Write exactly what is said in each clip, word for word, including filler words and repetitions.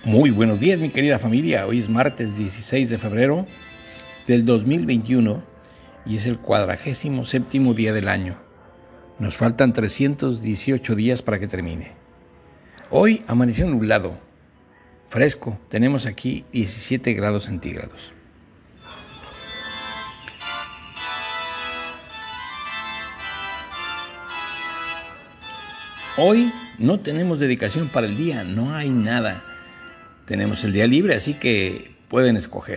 Muy buenos días, mi querida familia. Hoy es martes dieciséis de febrero del dos mil veintiuno y es el cuadragésimo séptimo día del año. Nos faltan trescientos dieciocho días para que termine. Hoy amaneció nublado, fresco. Tenemos aquí diecisiete grados centígrados. Hoy no tenemos dedicación para el día, no hay nada. Tenemos el día libre, así que pueden escoger.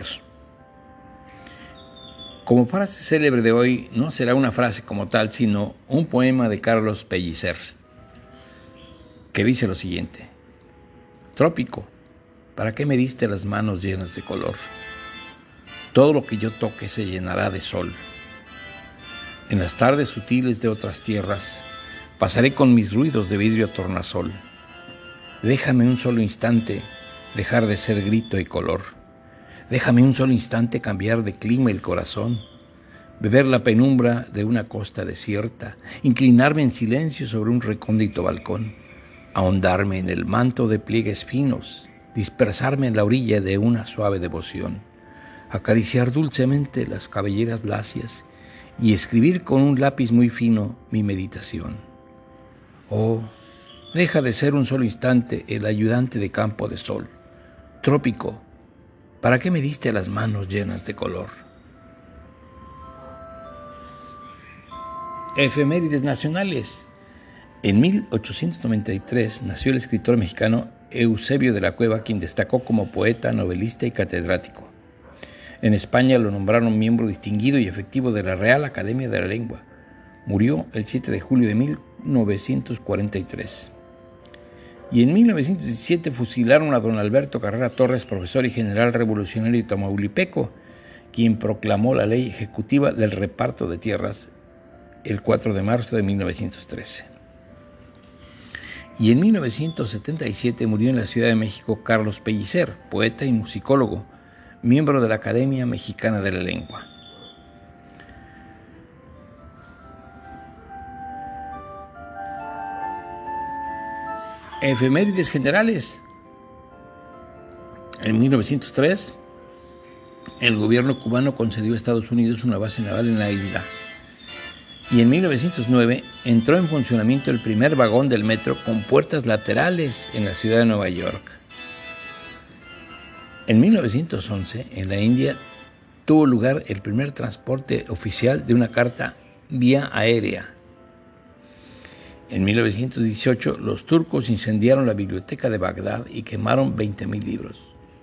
Como frase célebre de hoy, no será una frase como tal, sino un poema de Carlos Pellicer, que dice lo siguiente: Trópico, ¿para qué me diste las manos llenas de color? Todo lo que yo toque se llenará de sol. En las tardes sutiles de otras tierras, pasaré con mis ruidos de vidrio tornasol. Déjame un solo instante dejar de ser grito y color. Déjame un solo instante cambiar de clima el corazón, beber la penumbra de una costa desierta, inclinarme en silencio sobre un recóndito balcón, ahondarme en el manto de pliegues finos, dispersarme en la orilla de una suave devoción, acariciar dulcemente las cabelleras lacias y escribir con un lápiz muy fino mi meditación. Oh, deja de ser un solo instante el ayudante de campo de sol. Trópico, ¿para qué me diste las manos llenas de color? Efemérides nacionales. En mil ochocientos noventa y tres nació el escritor mexicano Eusebio de la Cueva, quien destacó como poeta, novelista y catedrático. En España lo nombraron miembro distinguido y efectivo de la Real Academia de la Lengua. Murió el siete de julio de mil novecientos cuarenta y tres. Y en mil novecientos diecisiete fusilaron a don Alberto Carrera Torres, profesor y general revolucionario tamaulipeco, quien proclamó la ley ejecutiva del reparto de tierras el cuatro de marzo de mil novecientos trece. Y en mil novecientos setenta y siete murió en la Ciudad de México Carlos Pellicer, poeta y musicólogo, miembro de la Academia Mexicana de la Lengua. Efemérides generales. En mil novecientos tres, el gobierno cubano concedió a Estados Unidos una base naval en la isla. Y en mil novecientos nueve entró en funcionamiento el primer vagón del metro con puertas laterales en la ciudad de Nueva York. En mil novecientos once, en la India, tuvo lugar el primer transporte oficial de una carta vía aérea. En mil novecientos dieciocho, los turcos incendiaron la biblioteca de Bagdad y quemaron veinte mil libros.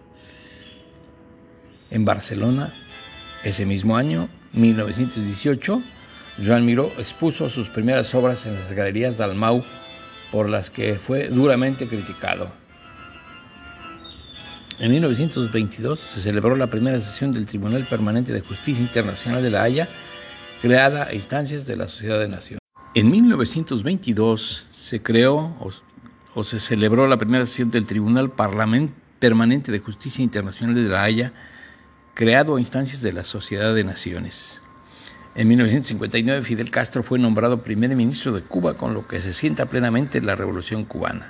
En Barcelona, ese mismo año, mil novecientos dieciocho, Joan Miró expuso sus primeras obras en las galerías Dalmau, por las que fue duramente criticado. En mil novecientos veintidós se celebró la primera sesión del Tribunal Permanente de Justicia Internacional de La Haya, creada a instancias de la Sociedad de Naciones. En mil novecientos veintidós se creó o, o se celebró la primera sesión del Tribunal Permanente de Justicia Internacional de La Haya, creado a instancias de la Sociedad de Naciones. En mil novecientos cincuenta y nueve, Fidel Castro fue nombrado primer ministro de Cuba, con lo que se sienta plenamente la Revolución Cubana.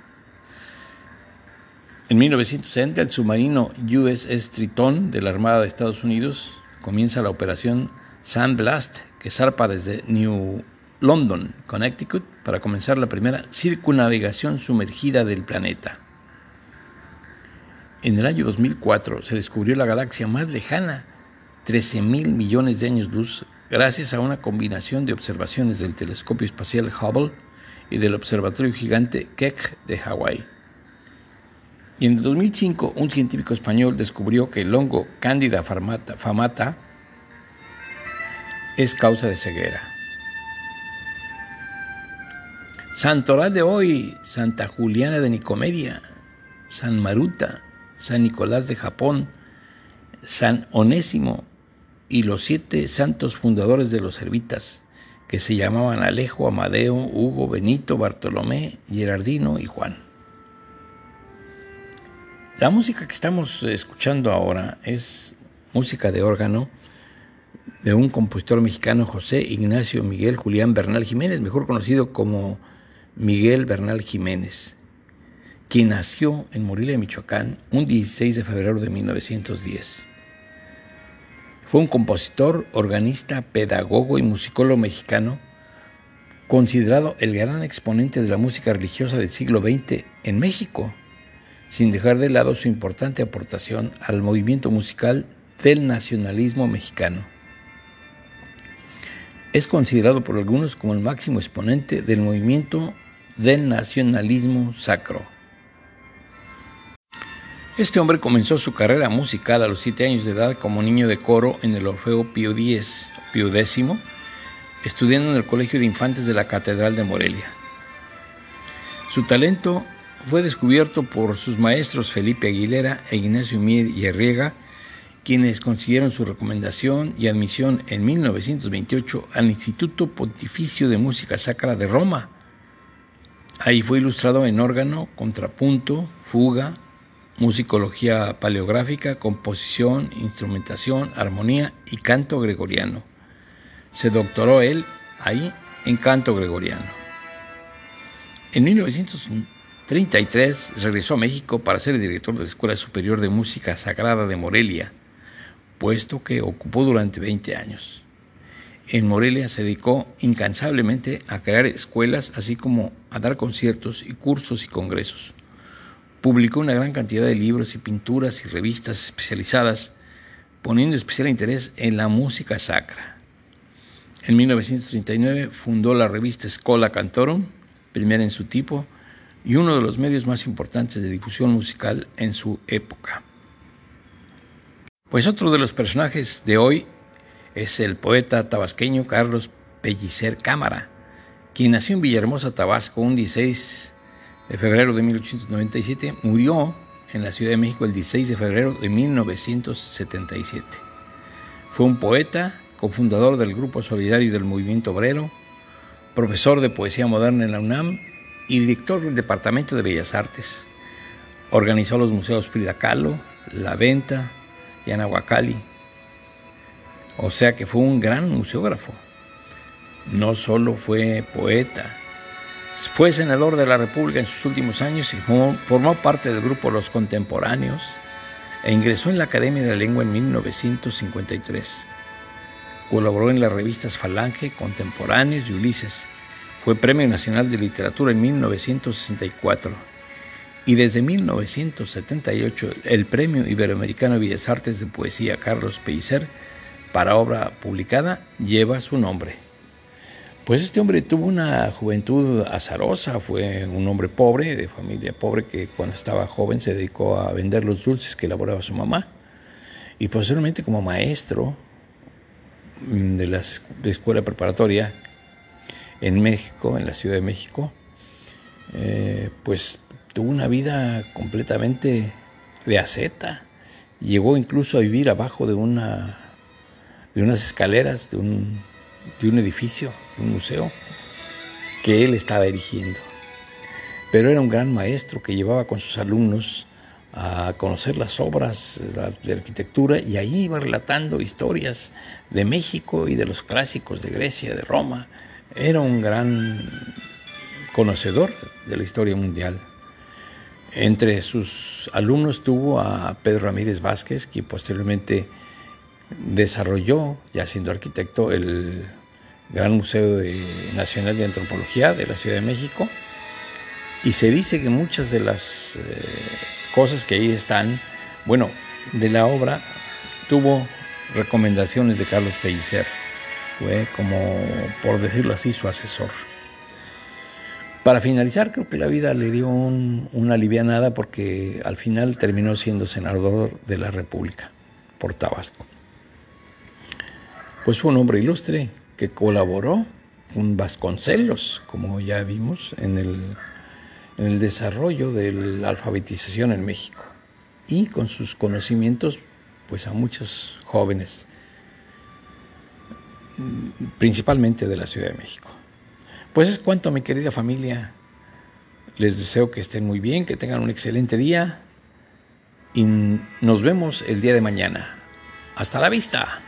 En mil novecientos sesenta, el submarino U S S Triton de la Armada de Estados Unidos comienza la operación Sandblast, que zarpa desde New London, Connecticut, para comenzar la primera circunnavegación sumergida del planeta. En el año dos mil cuatro se descubrió la galaxia más lejana, trece mil millones de años luz, gracias a una combinación de observaciones del telescopio espacial Hubble y del observatorio gigante Keck de Hawái. Y en el dos mil cinco, un científico español descubrió que el hongo Candida famata, famata es causa de ceguera. Santoral de hoy: Santa Juliana de Nicomedia, San Maruta, San Nicolás de Japón, San Onésimo y los siete santos fundadores de los Servitas, que se llamaban Alejo, Amadeo, Hugo, Benito, Bartolomé, Gerardino y Juan. La música que estamos escuchando ahora es música de órgano de un compositor mexicano, José Ignacio Miguel Julián Bernal Jiménez, mejor conocido como Miguel Bernal Jiménez, quien nació en Morelia, Michoacán, un dieciséis de febrero de mil novecientos diez. Fue un compositor, organista, pedagogo y musicólogo mexicano, considerado el gran exponente de la música religiosa del siglo veinte en México, sin dejar de lado su importante aportación al movimiento musical del nacionalismo mexicano. Es considerado por algunos como el máximo exponente del movimiento del nacionalismo sacro. Este hombre comenzó su carrera musical a los siete años de edad como niño de coro en el Orfeo Pío X, Pío X, estudiando en el Colegio de Infantes de la Catedral de Morelia. Su talento fue descubierto por sus maestros Felipe Aguilera e Ignacio Mier y Arriaga, quienes consiguieron su recomendación y admisión en mil novecientos veintiocho al Instituto Pontificio de Música Sacra de Roma. Ahí fue ilustrado en órgano, contrapunto, fuga, musicología paleográfica, composición, instrumentación, armonía y canto gregoriano. Se doctoró él ahí en canto gregoriano. En mil novecientos treinta y tres regresó a México para ser el director de la Escuela Superior de Música Sagrada de Morelia, puesto que ocupó durante veinte años. En Morelia se dedicó incansablemente a crear escuelas, así como a dar conciertos y cursos y congresos. Publicó una gran cantidad de libros y pinturas y revistas especializadas, poniendo especial interés en la música sacra. En mil novecientos treinta y nueve fundó la revista Schola Cantorum, primera en su tipo, y uno de los medios más importantes de difusión musical en su época. Pues otro de los personajes de hoy es el poeta tabasqueño Carlos Pellicer Cámara, quien nació en Villahermosa, Tabasco, un dieciséis de febrero de mil ochocientos noventa y siete, murió en la Ciudad de México el dieciséis de febrero de mil novecientos setenta y siete. Fue un poeta, cofundador del Grupo Solidario y del Movimiento Obrero, profesor de poesía moderna en la UNAM y director del Departamento de Bellas Artes. Organizó los museos Frida Kahlo, La Venta y Anahuacalli. O sea que fue un gran museógrafo. No solo fue poeta, fue senador de la República en sus últimos años y formó parte del grupo Los Contemporáneos e ingresó en la Academia de la Lengua en mil novecientos cincuenta y tres. Colaboró en las revistas Falange, Contemporáneos y Ulises. Fue Premio Nacional de Literatura en mil novecientos sesenta y cuatro y desde mil novecientos setenta y ocho el Premio Iberoamericano de Bellas Artes de Poesía Carlos Pellicer para obra publicada lleva su nombre. Pues este hombre tuvo una juventud azarosa, fue un hombre pobre, de familia pobre, que cuando estaba joven se dedicó a vender los dulces que elaboraba su mamá. Y posteriormente como maestro de la escuela preparatoria en México, en la Ciudad de México, eh, pues tuvo una vida completamente de asceta. Llegó incluso a vivir abajo de, una, de unas escaleras de un, de un edificio, un museo que él estaba erigiendo. Pero era un gran maestro que llevaba con sus alumnos a conocer las obras de arquitectura y ahí iba relatando historias de México y de los clásicos de Grecia, de Roma. Era un gran conocedor de la historia mundial. Entre sus alumnos tuvo a Pedro Ramírez Vázquez, que posteriormente desarrolló, ya siendo arquitecto, el Gran Museo de, Nacional de Antropología de la Ciudad de México. Y se dice que muchas de las eh, cosas que ahí están, bueno, de la obra, tuvo recomendaciones de Carlos Pellicer. Fue como, por decirlo así, su asesor. Para finalizar, creo que la vida le dio un, una alivianada porque al final terminó siendo senador de la República por Tabasco. Pues fue un hombre ilustre que colaboró con Vasconcelos, como ya vimos, en el, en el desarrollo de la alfabetización en México y con sus conocimientos pues a muchos jóvenes, principalmente de la Ciudad de México. Pues es cuanto, mi querida familia. Les deseo que estén muy bien, que tengan un excelente día y nos vemos el día de mañana. Hasta la vista.